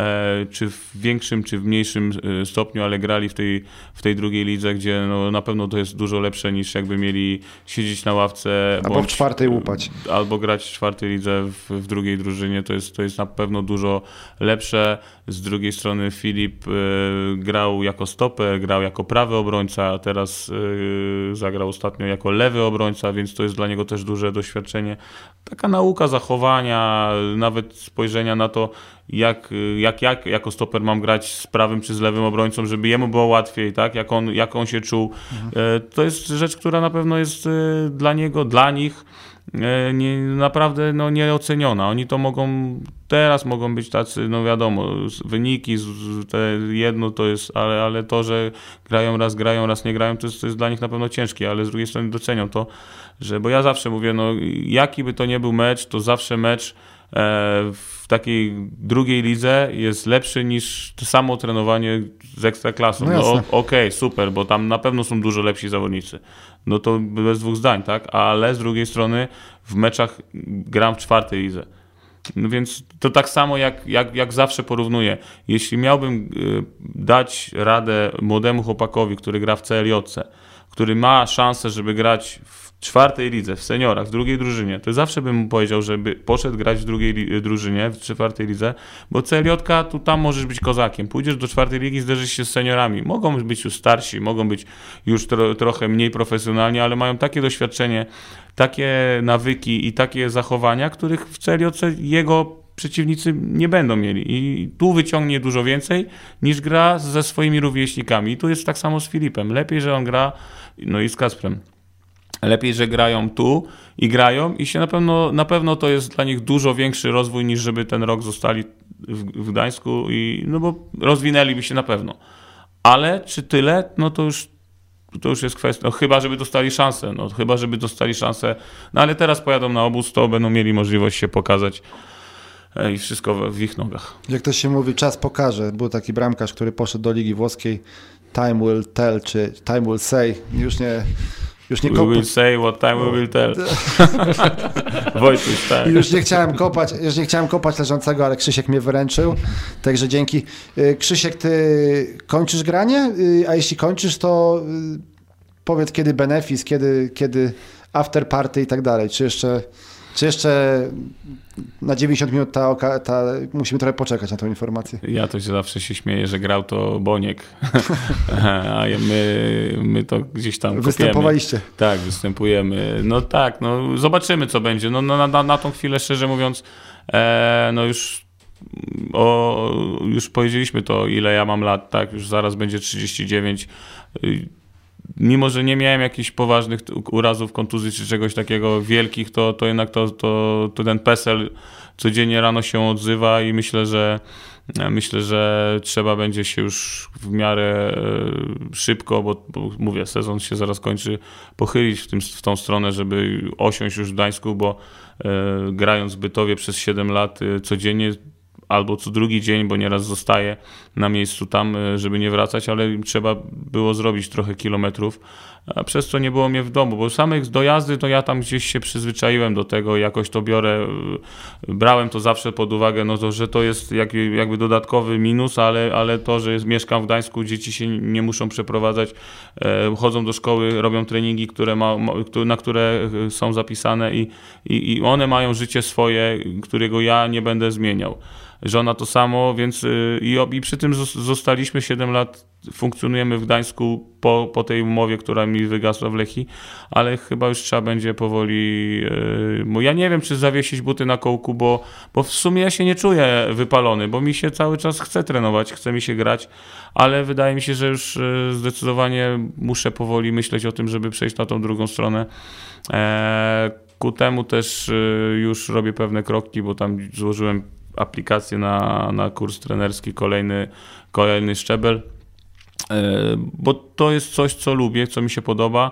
czy w większym, czy w mniejszym stopniu, ale grali w tej drugiej lidze, gdzie no, na pewno to jest dużo lepsze niż jakby mieli siedzieć na ławce.
Albo w czwartej łupać.
Albo grać w czwartej lidze w drugiej drużynie, to jest na pewno dużo lepsze. Z drugiej strony Filip grał jako stoper, grał jako prawy obrońca, a teraz zagrał ostatnio jako lewy obrońca, więc to jest dla niego też duże doświadczenie. Taka nauka zachowania, nawet spojrzenia na to, jak jako stoper mam grać z prawym czy z lewym obrońcą, żeby jemu było łatwiej, tak? Jak on się czuł. To jest rzecz, która na pewno jest dla nich naprawdę nieoceniona. Oni to teraz mogą być tacy, no wiadomo, wyniki, jedno to jest, ale to, że grają, raz nie grają, to jest dla nich na pewno ciężkie, ale z drugiej strony docenią to, bo ja zawsze mówię, no jaki by to nie był mecz, to zawsze mecz w takiej drugiej lidze jest lepszy niż to samo trenowanie z Ekstraklasą.
No
okej, super, bo tam na pewno są dużo lepsi zawodnicy. No to bez dwóch zdań, tak? Ale z drugiej strony w meczach gram w 4. lidze. No więc to tak samo jak zawsze porównuję. Jeśli miałbym dać radę młodemu chłopakowi, który gra w CLJ-ce, który ma szansę, żeby grać w 4. lidze, w seniorach, w drugiej drużynie, to zawsze bym mu powiedział, żeby poszedł grać w drugiej drużynie, w 4. lidze, bo CLJ-ka, tam możesz być kozakiem. Pójdziesz do 4. ligi, zderzysz się z seniorami. Mogą być już starsi, mogą być już trochę mniej profesjonalni, ale mają takie doświadczenie, takie nawyki i takie zachowania, których w CLJ-ce jego przeciwnicy nie będą mieli. I tu wyciągnie dużo więcej niż gra ze swoimi rówieśnikami. I tu jest tak samo z Filipem. Lepiej, że on gra, no i z Kacprem. Lepiej, że grają tu i grają i się na pewno to jest dla nich dużo większy rozwój niż żeby ten rok zostali w Gdańsku no bo rozwinęliby się na pewno. Ale czy tyle? No to już jest kwestia, no chyba żeby dostali szansę, no ale teraz pojadą na obóz, to będą mieli możliwość się pokazać i wszystko w ich nogach.
Jak to się mówi, czas pokaże. Był taki bramkarz, który poszedł do Ligi Włoskiej, time will tell, czy time will say, już nie
We will say what time will tell. Wojtuś, tak.
Już nie chciałem kopać leżącego, ale Krzysiek mnie wyręczył, także dzięki. Krzysiek, ty kończysz granie? A jeśli kończysz, to powiedz kiedy benefis, kiedy after party i tak dalej. Czy jeszcze na 90 minut musimy trochę poczekać na tę informację?
Ja to zawsze się śmieję, że grał to Boniek, a my to gdzieś tam
występowaliście.
Kopiemy. Tak, występujemy. No tak, no zobaczymy co będzie. No na tą chwilę szczerze mówiąc, no już powiedzieliśmy to, ile ja mam lat, tak, już zaraz będzie 39. Mimo że nie miałem jakichś poważnych urazów, kontuzji czy czegoś takiego wielkich, to jednak to ten PESEL codziennie rano się odzywa i myślę, że trzeba będzie się już w miarę szybko, bo mówię, sezon się zaraz kończy, pochylić w tą stronę, żeby osiąść już w Gdańsku, bo grając w Bytowie przez 7 lat codziennie, albo co drugi dzień, bo nieraz zostaje na miejscu tam, żeby nie wracać, ale trzeba było zrobić trochę kilometrów, a przez co nie było mnie w domu, bo samych dojazdy to ja tam gdzieś się przyzwyczaiłem do tego, jakoś to biorę, brałem to zawsze pod uwagę, no to, że to jest jakby dodatkowy minus, ale to, że mieszkam w Gdańsku, dzieci się nie muszą przeprowadzać, chodzą do szkoły, robią treningi, na które są zapisane i one mają życie swoje, którego ja nie będę zmieniał. Żona to samo, więc i przy tym zostaliśmy 7 lat, funkcjonujemy w Gdańsku po tej umowie, która mi wygasła w Lechii, ale chyba już trzeba będzie powoli, bo ja nie wiem, czy zawiesić buty na kołku, bo w sumie ja się nie czuję wypalony, bo mi się cały czas chce trenować, chce mi się grać, ale wydaje mi się, że już zdecydowanie muszę powoli myśleć o tym, żeby przejść na tą drugą stronę. Ku temu też już robię pewne kroki, bo tam złożyłem aplikację na kurs trenerski, kolejny szczebel, bo to jest coś, co lubię, co mi się podoba.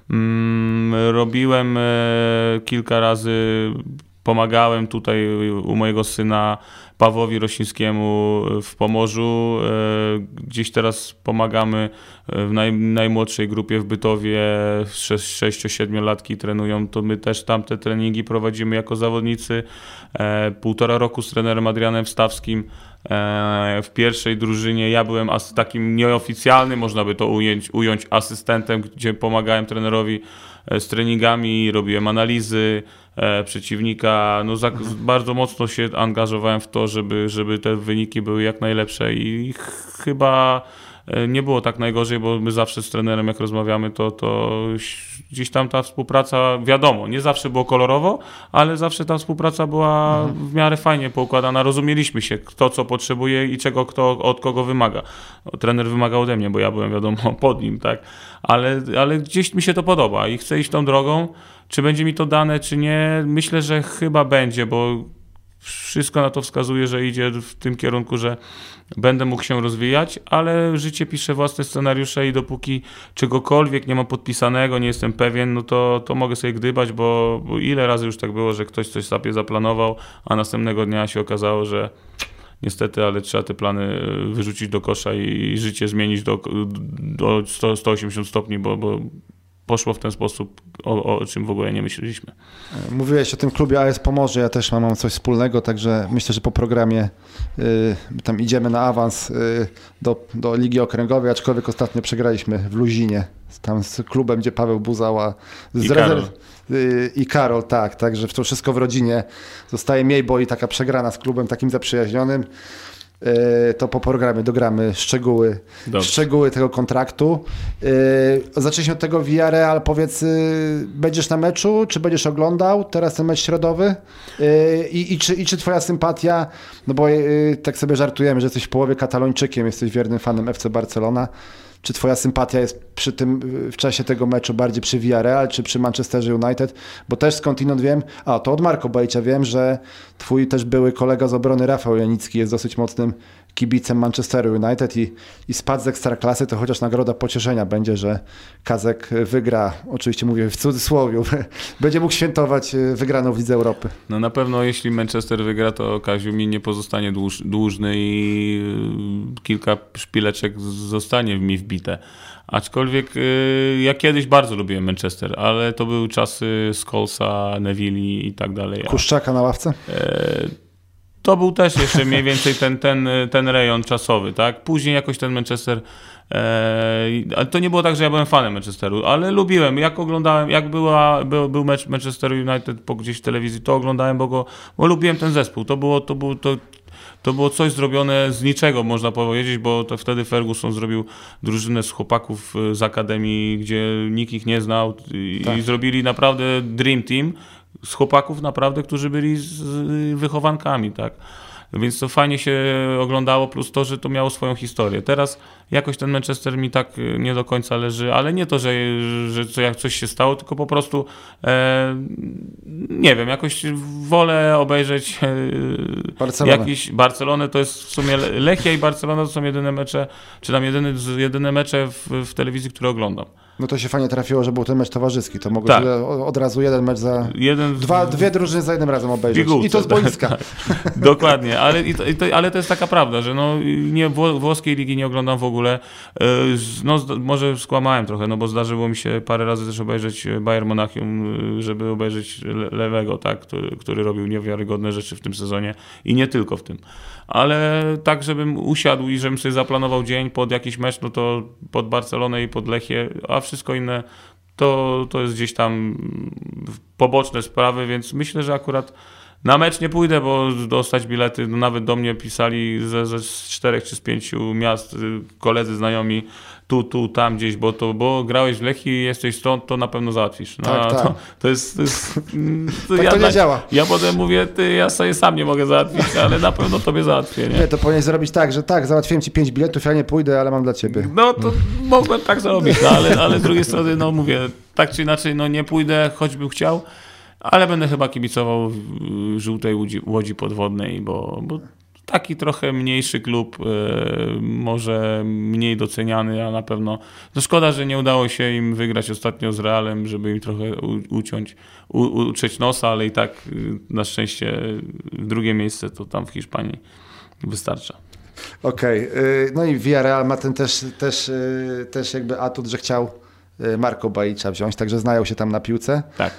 Robiłem kilka razy, pomagałem tutaj u mojego syna Pawłowi Rosińskiemu w Pomorzu. Gdzieś teraz pomagamy w najmłodszej grupie w Bytowie, 6-7-latki trenują, to my też tam te treningi prowadzimy jako zawodnicy. 1,5 roku z trenerem Adrianem Wstawskim w pierwszej drużynie. Ja byłem takim nieoficjalnym, można by to ująć asystentem, gdzie pomagałem trenerowi z treningami, robiłem analizy przeciwnika. No, bardzo mocno się angażowałem w to, żeby te wyniki były jak najlepsze i chyba nie było tak najgorzej, bo my zawsze z trenerem jak rozmawiamy, to gdzieś tam ta współpraca, wiadomo, nie zawsze było kolorowo, ale zawsze ta współpraca była w miarę fajnie poukładana, rozumieliśmy się, kto co potrzebuje i czego kto od kogo wymaga. Trener wymaga ode mnie, bo ja byłem wiadomo pod nim, tak, ale gdzieś mi się to podoba i chcę iść tą drogą. Czy będzie mi to dane, czy nie? Myślę, że chyba będzie, bo wszystko na to wskazuje, że idzie w tym kierunku, że będę mógł się rozwijać, ale życie pisze własne scenariusze i dopóki czegokolwiek nie mam podpisanego, nie jestem pewien, no to mogę sobie gdybać, bo ile razy już tak było, że ktoś coś sobie zaplanował, a następnego dnia się okazało, że niestety, ale trzeba te plany wyrzucić do kosza i życie zmienić do 180 stopni, bo poszło w ten sposób, o czym w ogóle nie myśleliśmy.
Mówiłeś o tym klubie AS Pomorze, ja też mam coś wspólnego, także myślę, że po programie tam idziemy na awans do Ligi Okręgowej, aczkolwiek ostatnio przegraliśmy w Luzinie, tam z klubem, gdzie Paweł Buzała i Karol, tak, także to wszystko w rodzinie. Zostaje mniej boli taka przegrana z klubem takim zaprzyjaźnionym. To po programie dogramy szczegóły tego kontraktu. Zaczęliśmy od tego Villarreal, powiedz, będziesz na meczu, czy będziesz oglądał teraz ten mecz środowy? I czy twoja sympatia, no bo tak sobie żartujemy, że jesteś w połowie Katalończykiem, jesteś wiernym fanem FC Barcelona, czy twoja sympatia jest w czasie tego meczu bardziej przy Villarreal, czy przy Manchesterze United? Bo też skądinąd wiem, to od Marco Bejcia wiem, że twój też były kolega z obrony Rafał Janicki jest dosyć mocnym kibicem Manchesteru United i spadł z Ekstraklasy, to chociaż nagroda pocieszenia będzie, że Kazek wygra, oczywiście mówię w cudzysłowie, będzie mógł świętować wygraną w Lidze Europy.
No na pewno jeśli Manchester wygra, to Kaziu mi nie pozostanie dłużny i kilka szpileczek zostanie mi wbite. Aczkolwiek ja kiedyś bardzo lubiłem Manchester, ale to były czasy Scholesa, Neville i tak dalej.
Kuszczaka na ławce?
To był też jeszcze mniej więcej ten rejon czasowy, tak? Później jakoś ten Manchester, ale to nie było tak, że ja byłem fanem Manchesteru, ale lubiłem, jak oglądałem, jak był mecz Manchester United gdzieś w telewizji, to oglądałem, bo lubiłem ten zespół. To było coś zrobione z niczego, można powiedzieć, bo to wtedy Ferguson zrobił drużynę z chłopaków z akademii, gdzie nikt ich nie znał i zrobili naprawdę dream team z chłopaków naprawdę, którzy byli z wychowankami, tak. Więc to fajnie się oglądało, plus to, że to miało swoją historię. Teraz jakoś ten Manchester mi tak nie do końca leży, ale nie to, że jak coś się stało, tylko po prostu nie wiem, jakoś wolę obejrzeć Barcelonę, to jest w sumie Lechia i Barcelona to są jedyne mecze, czy tam jedyne mecze w telewizji, które oglądam.
No to się fajnie trafiło, że był ten mecz towarzyski, to mogę od razu jeden mecz dwie drużyny za jednym razem obejrzeć. I to z boiska.
Tak. Dokładnie, ale to jest taka prawda, że włoskiej ligi nie oglądam w ogóle. Może skłamałem trochę, bo zdarzyło mi się parę razy też obejrzeć Bayern Monachium, żeby obejrzeć Lewego, tak, który robił niewiarygodne rzeczy w tym sezonie i nie tylko w tym. Ale tak, żebym usiadł i żebym sobie zaplanował dzień pod jakiś mecz, no to pod Barcelonę i pod Lechię, a wszystko inne to jest gdzieś tam poboczne sprawy, więc myślę, że akurat na mecz nie pójdę, bo dostać bilety, nawet do mnie pisali ze 4 czy z 5 miast koledzy, znajomi, tu, tam gdzieś, bo grałeś w Lechii, jesteś stąd, to na pewno załatwisz. No,
tak.
To jest
tak nie działa.
Ja potem mówię, ja sobie sam nie mogę załatwić, ale na pewno tobie załatwię. Nie,
to powinieneś zrobić tak, że załatwiłem ci 5 biletów, ja nie pójdę, ale mam dla ciebie.
No to mogłem tak zrobić, ale z drugiej strony, mówię, tak czy inaczej, nie pójdę, choćbym chciał, ale będę chyba kibicował żółtej Łodzi Podwodnej, bo taki trochę mniejszy klub, może mniej doceniany, a na pewno szkoda, że nie udało się im wygrać ostatnio z Realem, żeby im trochę utrzeć nosa, ale i tak na szczęście drugie miejsce to tam w Hiszpanii wystarcza.
Okej. No i Villarreal ma ten też jakby atut, że chciał Marco Bejcia wziąć, także znają się tam na piłce.
Tak.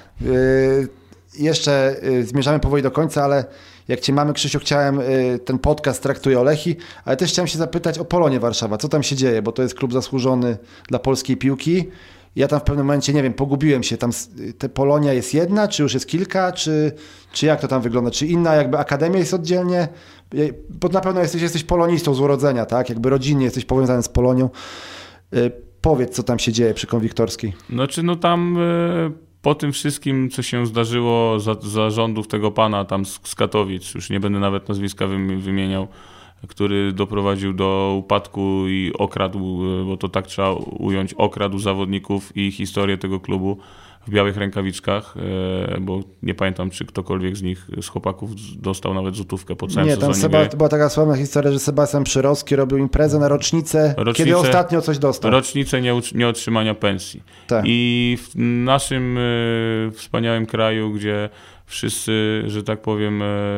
Jeszcze zmierzamy powoli do końca, ale jak cię mamy, Krzysiu, chciałem, ten podcast traktuje o Lechii, ale też chciałem się zapytać o Polonię Warszawa. Co tam się dzieje? Bo to jest klub zasłużony dla polskiej piłki. Ja tam w pewnym momencie, nie wiem, pogubiłem się. Tam te Polonia jest jedna, czy już jest kilka, czy jak to tam wygląda? Czy inna jakby akademia jest oddzielnie? Bo na pewno jesteś polonistą z urodzenia, tak? Jakby rodzinnie jesteś powiązany z Polonią. Powiedz, co tam się dzieje przy Konwiktorskiej.
Tam po tym wszystkim, co się zdarzyło za rządów tego pana tam z Katowic, już nie będę nawet nazwiska wymieniał, który doprowadził do upadku i okradł, bo to tak trzeba ująć, okradł zawodników i historię tego klubu. w białych rękawiczkach, bo nie pamiętam, czy ktokolwiek z chłopaków dostał nawet złotówkę po całym sezonie.
Nie, tam była taka sławna historia, że Sebastian Przyrowski robił imprezę na rocznicę, kiedy ostatnio coś dostał.
Rocznicę nieotrzymania pensji.
Tak.
I w naszym wspaniałym kraju, gdzie wszyscy, że tak powiem,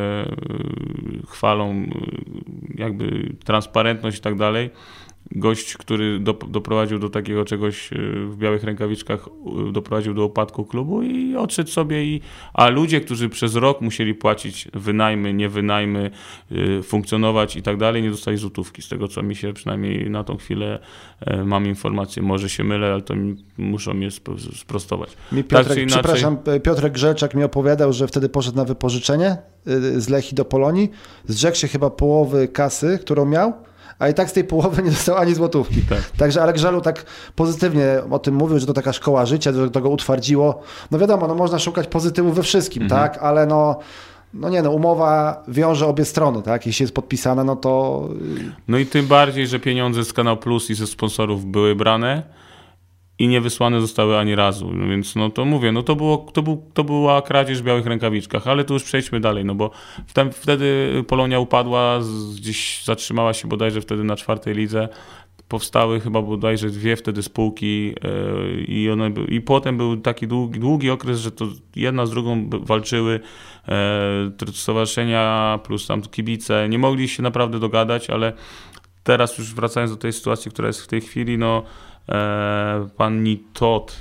chwalą jakby transparentność i tak dalej, gość, który doprowadził do takiego czegoś w białych rękawiczkach, doprowadził do upadku klubu i odszedł sobie. A ludzie, którzy przez rok musieli płacić wynajmy, nie wynajmy, funkcjonować i tak dalej, nie dostali złotówki. Z tego, co mi się przynajmniej na tą chwilę mam informację. Może się mylę, ale to muszą mnie sprostować.
Piotrek Grzelczak mi opowiadał, że wtedy poszedł na wypożyczenie z Lechii do Polonii. Zrzekł się chyba połowy kasy, którą miał, a i tak z tej połowy nie dostał ani złotówki. Tak. Także Alek Żalu tak pozytywnie o tym mówił, że to taka szkoła życia, że to go utwardziło. No wiadomo, można szukać pozytywów we wszystkim, tak, ale umowa wiąże obie strony, tak, jeśli jest podpisana, no to...
No i tym bardziej, że pieniądze z Kanał Plus i ze sponsorów były brane i nie wysłane zostały ani razu, więc no to mówię, no to była kradzież w białych rękawiczkach, ale tu już przejdźmy dalej, no bo wtedy Polonia upadła, gdzieś zatrzymała się bodajże wtedy na 4. lidze, powstały chyba bodajże 2 wtedy spółki i potem był taki długi okres, że to jedna z drugą walczyły stowarzyszenia plus tam kibice, nie mogli się naprawdę dogadać, ale teraz już wracając do tej sytuacji, która jest w tej chwili, no pan Nitot,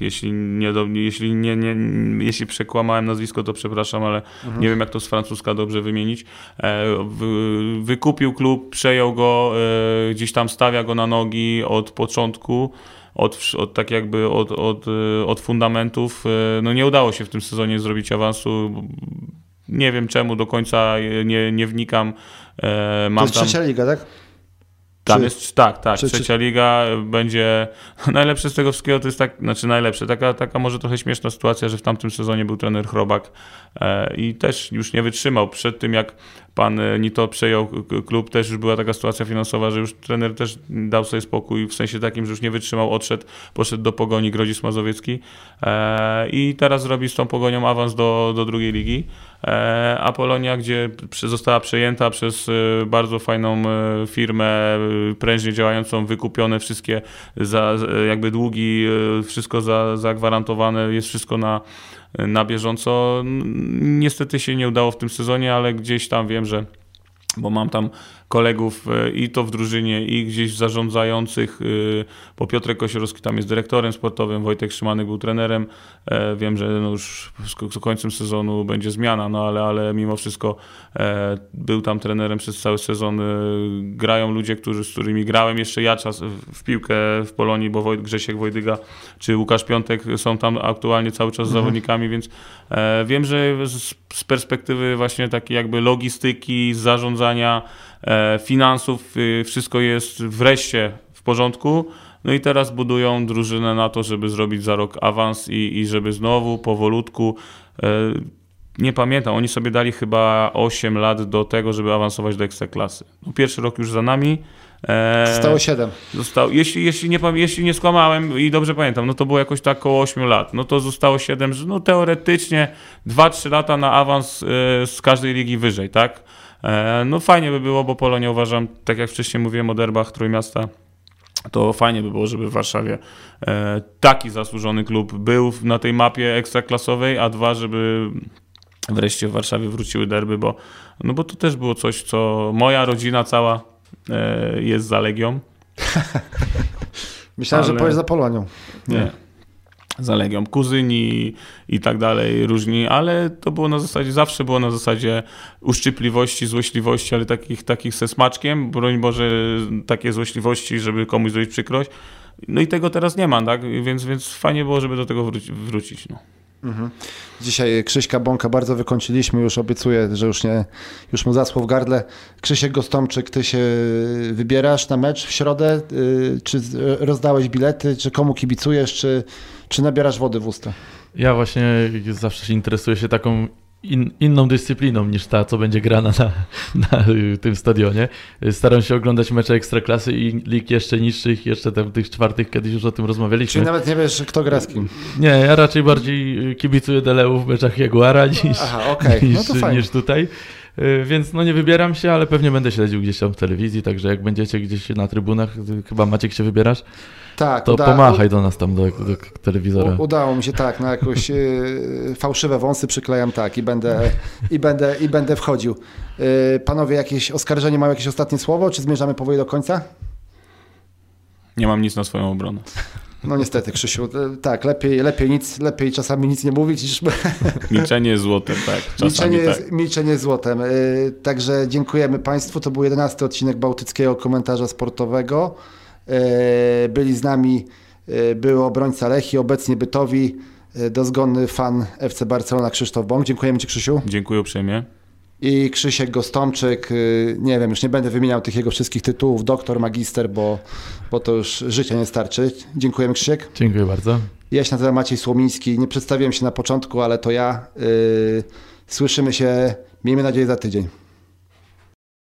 jeśli przekłamałem nazwisko, to przepraszam, ale nie wiem, jak to z francuska dobrze wymienić. Wykupił klub, przejął go, gdzieś tam stawia go na nogi od początku, tak jakby od fundamentów. No nie udało się w tym sezonie zrobić awansu. Nie wiem czemu, do końca nie wnikam.
To jest trzecia liga, tak?
Tam jest, tak, trzecia liga będzie, najlepsze z tego wszystkiego to jest najlepsze, taka może trochę śmieszna sytuacja, że w tamtym sezonie był trener Chrobak i też już nie wytrzymał. Przed tym jak pan Nito przejął klub, też już była taka sytuacja finansowa, że już trener też dał sobie spokój, w sensie takim, że już nie wytrzymał, poszedł do Pogoni Grodzisk Mazowiecki i teraz robi z tą Pogonią awans do drugiej ligi. A Polonia, gdzie została przejęta przez bardzo fajną firmę, prężnie działającą, wykupione wszystkie jakby długi, wszystko zagwarantowane, jest wszystko na bieżąco. Niestety się nie udało w tym sezonie, ale gdzieś tam wiem, że bo mam tam kolegów i to w drużynie, i gdzieś zarządzających, bo Piotrek Kosiorowski tam jest dyrektorem sportowym, Wojtek Szymanek był trenerem. Wiem, że no już z końcem sezonu będzie zmiana, no ale mimo wszystko był tam trenerem przez cały sezon. Grają ludzie, z którymi grałem jeszcze ja w piłkę w Polonii, bo Grzesiek Wojdyga czy Łukasz Piątek są tam aktualnie cały czas zawodnikami, więc wiem, że z perspektywy właśnie takiej jakby logistyki, zarządzania, finansów, wszystko jest wreszcie w porządku. No i teraz budują drużynę na to, żeby zrobić za rok awans i żeby znowu powolutku, nie pamiętam, oni sobie dali chyba 8 lat do tego, żeby awansować do Ekstraklasy. No, pierwszy rok już za nami.
Zostało 7.
Jeśli nie skłamałem i dobrze pamiętam, no to było jakoś tak około 8 lat. No to zostało 7, że no teoretycznie 2-3 lata na awans z każdej ligi wyżej, tak? No fajnie by było, bo Polonia, uważam, tak jak wcześniej mówiłem o derbach Trójmiasta, to fajnie by było, żeby w Warszawie taki zasłużony klub był na tej mapie ekstraklasowej, a 2, żeby wreszcie w Warszawie wróciły derby, bo to też było coś, co moja rodzina cała jest za Legią.
Myślałem, że powiesz za Polonią.
Nie. Za Legią, kuzyni i tak dalej, różni, ale to było na zasadzie, zawsze było na zasadzie uszczypliwości, złośliwości, ale takich ze smaczkiem, broń Boże, takie złośliwości, żeby komuś zrobić przykrość. No i tego teraz nie ma, tak? Więc fajnie było, żeby do tego wrócić. No.
Dzisiaj Krzyśka Bąka bardzo wykończyliśmy, już obiecuję, że już mu zaschło w gardle. Krzysiek Gostomczyk, ty się wybierasz na mecz w środę? Czy rozdałeś bilety? Czy komu kibicujesz? Czy nabierasz wody w usta?
Ja właśnie zawsze się interesuję taką inną dyscypliną niż ta, co będzie grana na tym stadionie. Staram się oglądać mecze Ekstraklasy i lig jeszcze niższych, jeszcze tam tych czwartych, kiedyś już o tym rozmawialiśmy.
Czyli nawet nie wiesz, kto gra z kim?
Nie, ja raczej bardziej kibicuję Deleu w meczach Jaguara niż tutaj. Więc no nie wybieram się, ale pewnie będę śledził gdzieś tam w telewizji, także jak będziecie gdzieś na trybunach, chyba Maciek się wybierasz,
tak,
to pomachaj do nas tam do telewizora.
Udało mi się tak, na jakoś fałszywe wąsy przyklejam tak i będę wchodził. Panowie, jakieś oskarżenie, mają jakieś ostatnie słowo, czy zmierzamy powoli do końca?
Nie mam nic na swoją obronę.
No niestety, Krzysiu, tak, lepiej czasami nic nie mówić niż...
Milczenie jest złotem, tak. Czasami
milczenie jest złotem. Także dziękujemy Państwu. To był 11 odcinek Bałtyckiego Komentarza Sportowego. Byli z nami były obrońca Lechii, obecnie Bytowi, dozgonny fan FC Barcelona Krzysztof Bąk. Dziękujemy Ci, Krzysiu.
Dziękuję uprzejmie.
I Krzysiek Gostomczyk, nie wiem, już nie będę wymieniał tych jego wszystkich tytułów, doktor, magister, bo to już życia nie starczy. Dziękujemy, Krzysiek.
Dziękuję bardzo.
Ja się nazywam Maciej Słomiński, nie przedstawiłem się na początku, ale to ja. Słyszymy się, miejmy nadzieję, za tydzień.